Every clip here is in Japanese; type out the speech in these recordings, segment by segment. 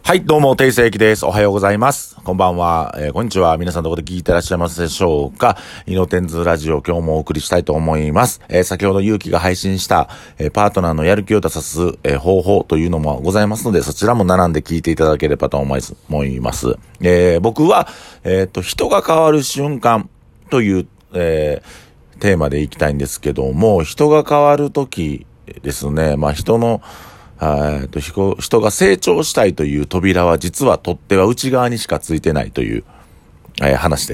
はい、どうも、定世紀です。おはようございます。こんばんは。こんにちは。皆さんどこで聞いてらっしゃいますでしょうか。イノテンズラジオ、今日もお送りしたいと思います。先ほど勇気が配信した、パートナーのやる気を出さす、方法というのもございますので、そちらも並んで聞いていただければと思います。僕は、人が変わる瞬間という、テーマでいきたいんですけども、人が変わるときですね、人が成長したいという扉は実は取っ手は内側にしかついてないという、話です。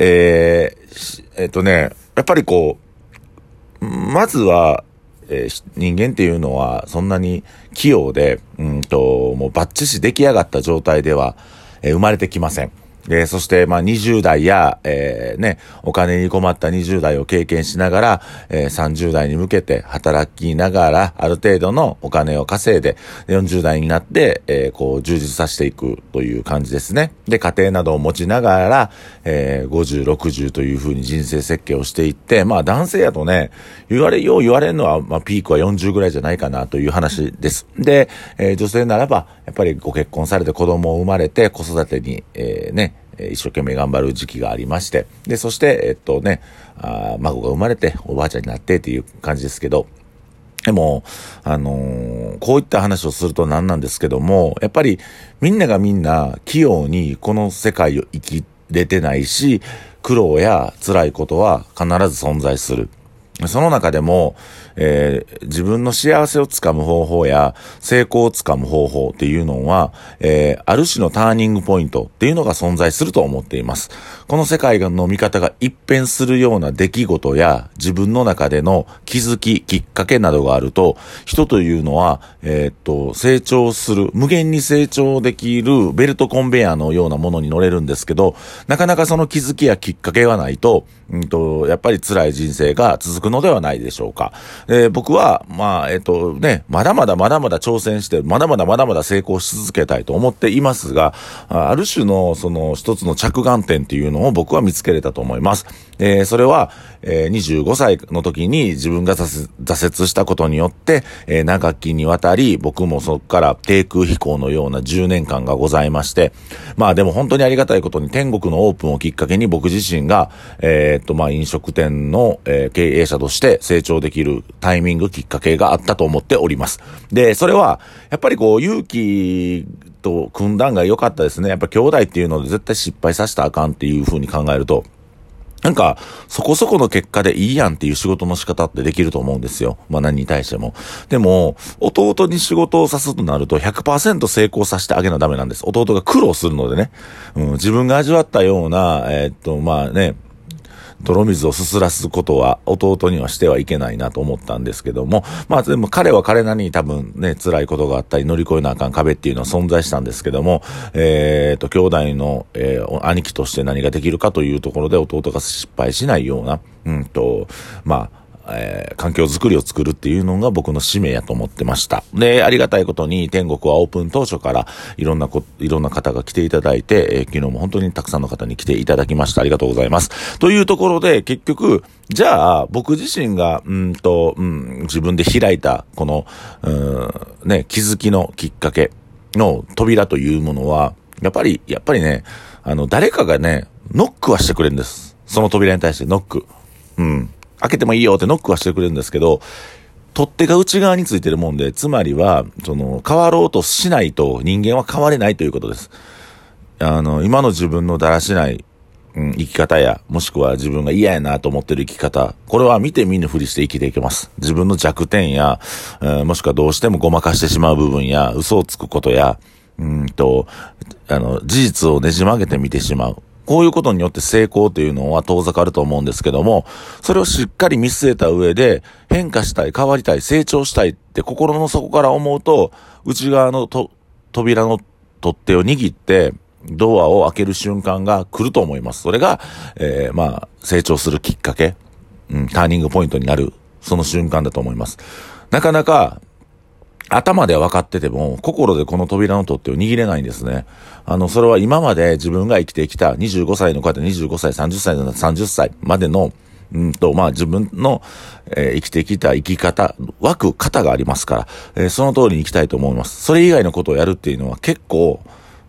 やっぱりまずは、人間っていうのはそんなに器用で、もうバッチシ出来上がった状態では、生まれてきません。そして、20代や、お金に困った20代を経験しながら、30代に向けて働きながら、ある程度のお金を稼いで、40代になって、充実させていくという感じですね。で、家庭などを持ちながら、50、60というふうに人生設計をしていって、男性やとね、言われるのは、ピークは40ぐらいじゃないかなという話です。で、女性ならば、やっぱりご結婚されて子供を生まれて、子育てに、一生懸命頑張る時期がありまして、で、そして、孫が生まれて、おばあちゃんになってっていう感じですけど、でも、こういった話をすると何なんですけども、やっぱりみんながみんな器用にこの世界を生きれてないし、苦労や辛いことは必ず存在する。その中でも、自分の幸せをつかむ方法や成功をつかむ方法っていうのは、ある種のターニングポイントっていうのが存在すると思っています。この世界の見方が一変するような出来事や自分の中での気づき、きっかけなどがあると、人というのは、成長する、無限に成長できるベルトコンベヤーのようなものに乗れるんですけど、なかなかその気づきやきっかけがないと、やっぱり辛い人生が続くのではないでしょうか。僕は、まだまだ挑戦して、まだまだ成功し続けたいと思っていますが、ある種のその一つの着眼点っていうのを僕は見つけれたと思います。それは、25歳の時に自分が挫折したことによって、長きにわたり僕もそこから低空飛行のような10年間がございまして、でも本当にありがたいことに天国のオープンをきっかけに僕自身が、飲食店の、経営者として成長できるタイミングきっかけがあったと思っております。で、それはやっぱり勇気と組んだんが良かったですね。やっぱ兄弟っていうので絶対失敗させたらあかんっていう風に考えると、そこそこの結果でいいやんっていう仕事の仕方ってできると思うんですよ。何に対しても。でも、弟に仕事をさすとなると 100% 成功させてあげなダメなんです。弟が苦労するのでね。自分が味わったような、泥水をすすらすことは弟にはしてはいけないなと思ったんですけども、でも彼は彼なりに多分ね、辛いことがあったり乗り越えなあかん壁っていうのは存在したんですけども、兄弟の、兄貴として何ができるかというところで弟が失敗しないような、環境づくりを作るっていうのが僕の使命やと思ってました。で、ありがたいことに天国はオープン当初からいろんな方が来ていただいて、昨日も本当にたくさんの方に来ていただきました。ありがとうございます。というところで結局、じゃあ僕自身が自分で開いたこの気づきのきっかけの扉というものはやっぱりね、誰かがねノックはしてくれるんです。その扉に対してノック。開けてもいいよってノックはしてくれるんですけど、取っ手が内側についてるもんで、つまりは、変わろうとしないと人間は変われないということです。今の自分のだらしない、生き方や、もしくは自分が嫌やなと思ってる生き方、これは見て見ぬふりして生きていけます。自分の弱点や、もしくはどうしてもごまかしてしまう部分や、嘘をつくことや、事実をねじ曲げてみてしまう。こういうことによって成功というのは遠ざかると思うんですけども、それをしっかり見据えた上で変化したい、変わりたい、成長したいって心の底から思うと、内側の扉の取っ手を握ってドアを開ける瞬間が来ると思います。それが、成長するきっかけ、ターニングポイントになる、その瞬間だと思います。なかなか頭では分かってても、心でこの扉の取っ手を握れないんですね。それは今まで自分が生きてきた25歳の方、25歳、30歳、30歳までのまあ自分の、生きてきた生き方、枠がありますから、その通りに生きたいと思います。それ以外のことをやるっていうのは結構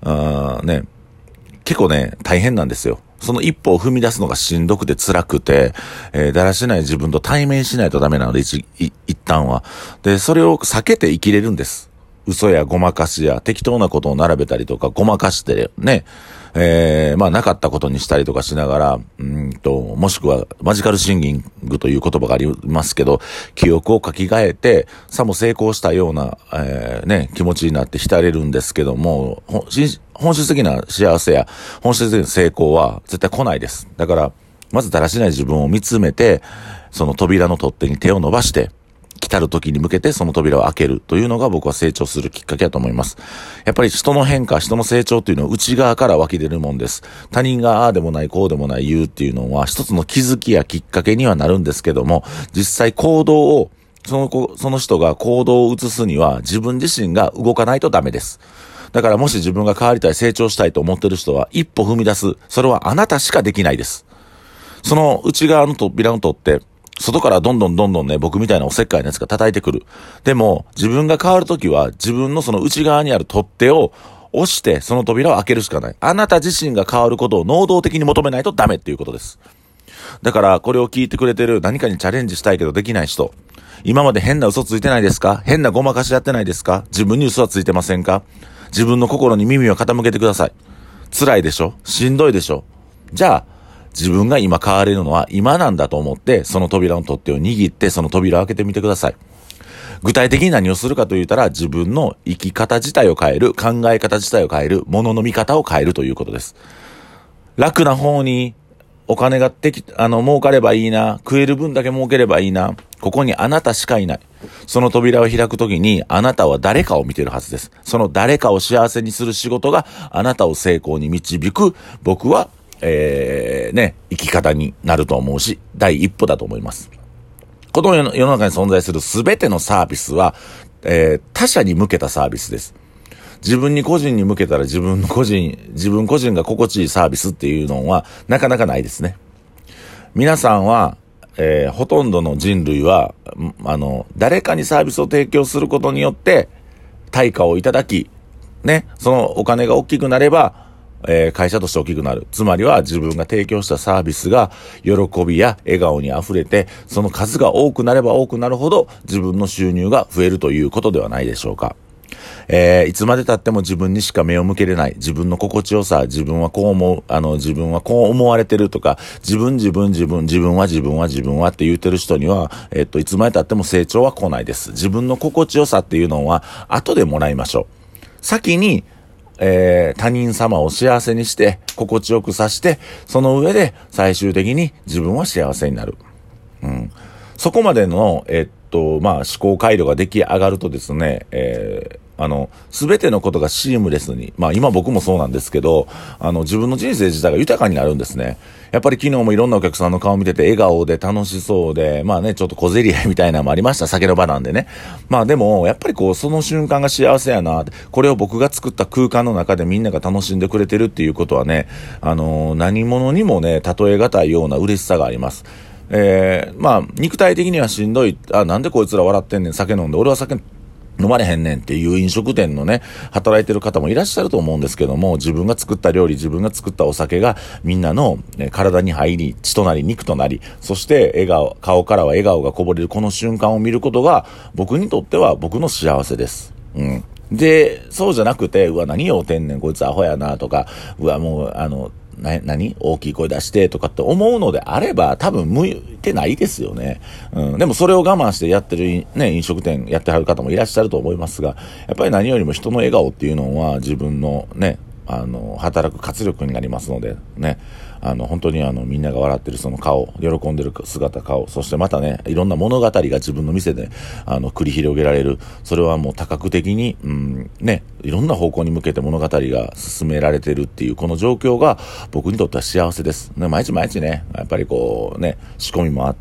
大変なんですよ。その一歩を踏み出すのがしんどくて辛くて、だらしない自分と対面しないとダメなので、一旦は。で、それを避けて生きれるんです。嘘やごまかしや適当なことを並べたりとか、ごまかしてね、まあなかったことにしたりとかしながら、もしくはマジカルシンギングという言葉がありますけど、記憶を書き換えて、さも成功したような、気持ちになって浸れるんですけども、本質的な幸せや本質的な成功は絶対来ないです。だから、まずだらしない自分を見つめて、その扉の取っ手に手を伸ばして、来たる時に向けてその扉を開けるというのが僕は成長するきっかけだと思います。やっぱり人の変化、人の成長というのは内側から湧き出るもんです。他人がああでもないこうでもない言うっていうのは一つの気づきやきっかけにはなるんですけども、実際行動を、その人が行動を移すには自分自身が動かないとダメです。だからもし自分が変わりたい、成長したいと思ってる人は一歩踏み出す。それはあなたしかできないです。その内側の扉を取って、外からどんどんね、僕みたいなおせっかいなやつが叩いてくる。でも、自分が変わるときは、自分のその内側にある取っ手を押して、その扉を開けるしかない。あなた自身が変わることを能動的に求めないとダメっていうことです。だから、これを聞いてくれてる何かにチャレンジしたいけどできない人。今まで変な嘘ついてないですか？変なごまかしやってないですか？自分に嘘はついてませんか？自分の心に耳を傾けてください。辛いでしょ？しんどいでしょ？じゃあ、自分が今変われるのは今なんだと思って、その扉の取っ手を握ってその扉を開けてみてください。具体的に何をするかと言ったら、自分の生き方自体を変える、考え方自体を変える、物の見方を変えるということです。楽な方にお金が儲かればいいな、食える分だけ儲ければいいな、ここにあなたしかいない。その扉を開くときにあなたは誰かを見てるはずです。その誰かを幸せにする仕事があなたを成功に導く、僕は生き方になると思うし、第一歩だと思います。この世の中に存在するすべてのサービスは、他者に向けたサービスです。自分に個人に向けたら自分個人が心地いいサービスっていうのはなかなかないですね。皆さんは、ほとんどの人類は、誰かにサービスを提供することによって対価をいただき、ね、そのお金が大きくなれば、会社として大きくなる。つまりは自分が提供したサービスが喜びや笑顔に溢れて、その数が多くなれば多くなるほど自分の収入が増えるということではないでしょうか。いつまで経っても自分にしか目を向けれない。自分の心地よさ、自分はこう思う、自分はこう思われてるとか、自分はって言ってる人には、いつまで経っても成長は来ないです。自分の心地よさっていうのは後でもらいましょう。先に他人様を幸せにして心地よくさして、その上で最終的に自分は幸せになる。そこまでの思考回路が出来上がるとですね、すべてのことがシームレスに、今僕もそうなんですけど、自分の人生自体が豊かになるんですね。やっぱり昨日もいろんなお客さんの顔を見てて笑顔で楽しそうで、ちょっと小競り合いみたいなのもありました。酒の場なんでね。でも、やっぱりその瞬間が幸せやな。これを僕が作った空間の中でみんなが楽しんでくれてるっていうことはね、何者にもね、例え難いような嬉しさがあります。肉体的にはしんどい。なんでこいつら笑ってんねん、酒飲んで。俺は酒飲まれへんねんっていう飲食店のね、働いてる方もいらっしゃると思うんですけども、自分が作った料理、自分が作ったお酒がみんなの、体に入り、血となり肉となり、そして顔からは笑顔がこぼれるこの瞬間を見ることが、僕にとっては僕の幸せです。で、そうじゃなくて、何よてんねん、こいつアホやなとか、もう大きい声出してとかって思うのであれば多分向いてないですよね。でもそれを我慢してやってるね、飲食店やってはる方もいらっしゃると思いますが、やっぱり何よりも人の笑顔っていうのは自分のね、働く活力になりますのでね、本当にみんなが笑ってるその顔、喜んでる姿、顔、そしてまたね、いろんな物語が自分の店で、繰り広げられる。それはもう多角的に、いろんな方向に向けて物語が進められてるっていう、この状況が僕にとっては幸せです。ね、毎日ね、やっぱり仕込みもあって、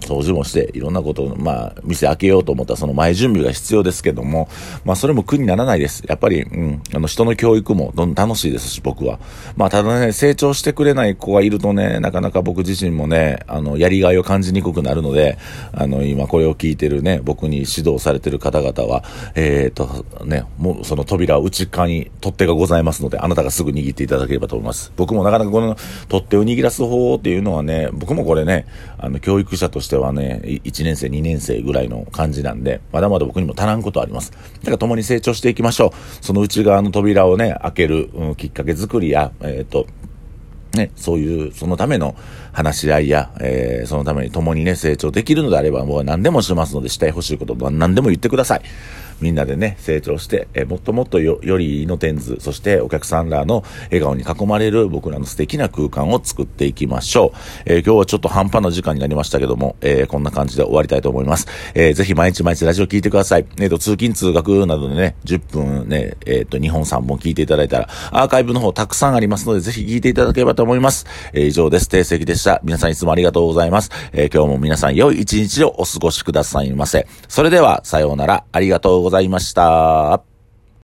掃除もして、いろんなことを、店開けようと思ったらその前準備が必要ですけども、それも苦にならないです。やっぱり、人の教育もどんどん楽しいですし、僕は。ただね、成長してくれない子がいるとね、なかなか僕自身もね、やりがいを感じにくくなるので、今これを聞いてるね、僕に指導されてる方々は、もうその扉を内側に取っ手がございますので、あなたがすぐ握っていただければと思います。僕もなかなかこの取っ手を握らす方法っていうのはね、僕もこれね、教育者としてはね、1年生、2年生ぐらいの感じなんで、まだまだ僕にも足らんことあります。だから共に成長していきましょう。その内側の扉をね、開ける、きっかけ作りや、そういう、そのための話し合いや、そのために共にね、成長できるのであれば、もう何でもしますので、したい欲しいこと、何でも言ってください。みんなでね、成長して、もっともっとよりいいの点図、そしてお客さんらの笑顔に囲まれる僕らの素敵な空間を作っていきましょう。今日はちょっと半端な時間になりましたけども、こんな感じで終わりたいと思います。ぜひ毎日ラジオ聞いてください。通勤通学などでね、10分ね、2本3本聞いていただいたら、アーカイブの方たくさんありますので、ぜひ聞いていただければと思います。以上です。定石でした。皆さんいつもありがとうございます。今日も皆さん良い一日をお過ごしくださいませ。それでは、さようなら。ありがとうございました。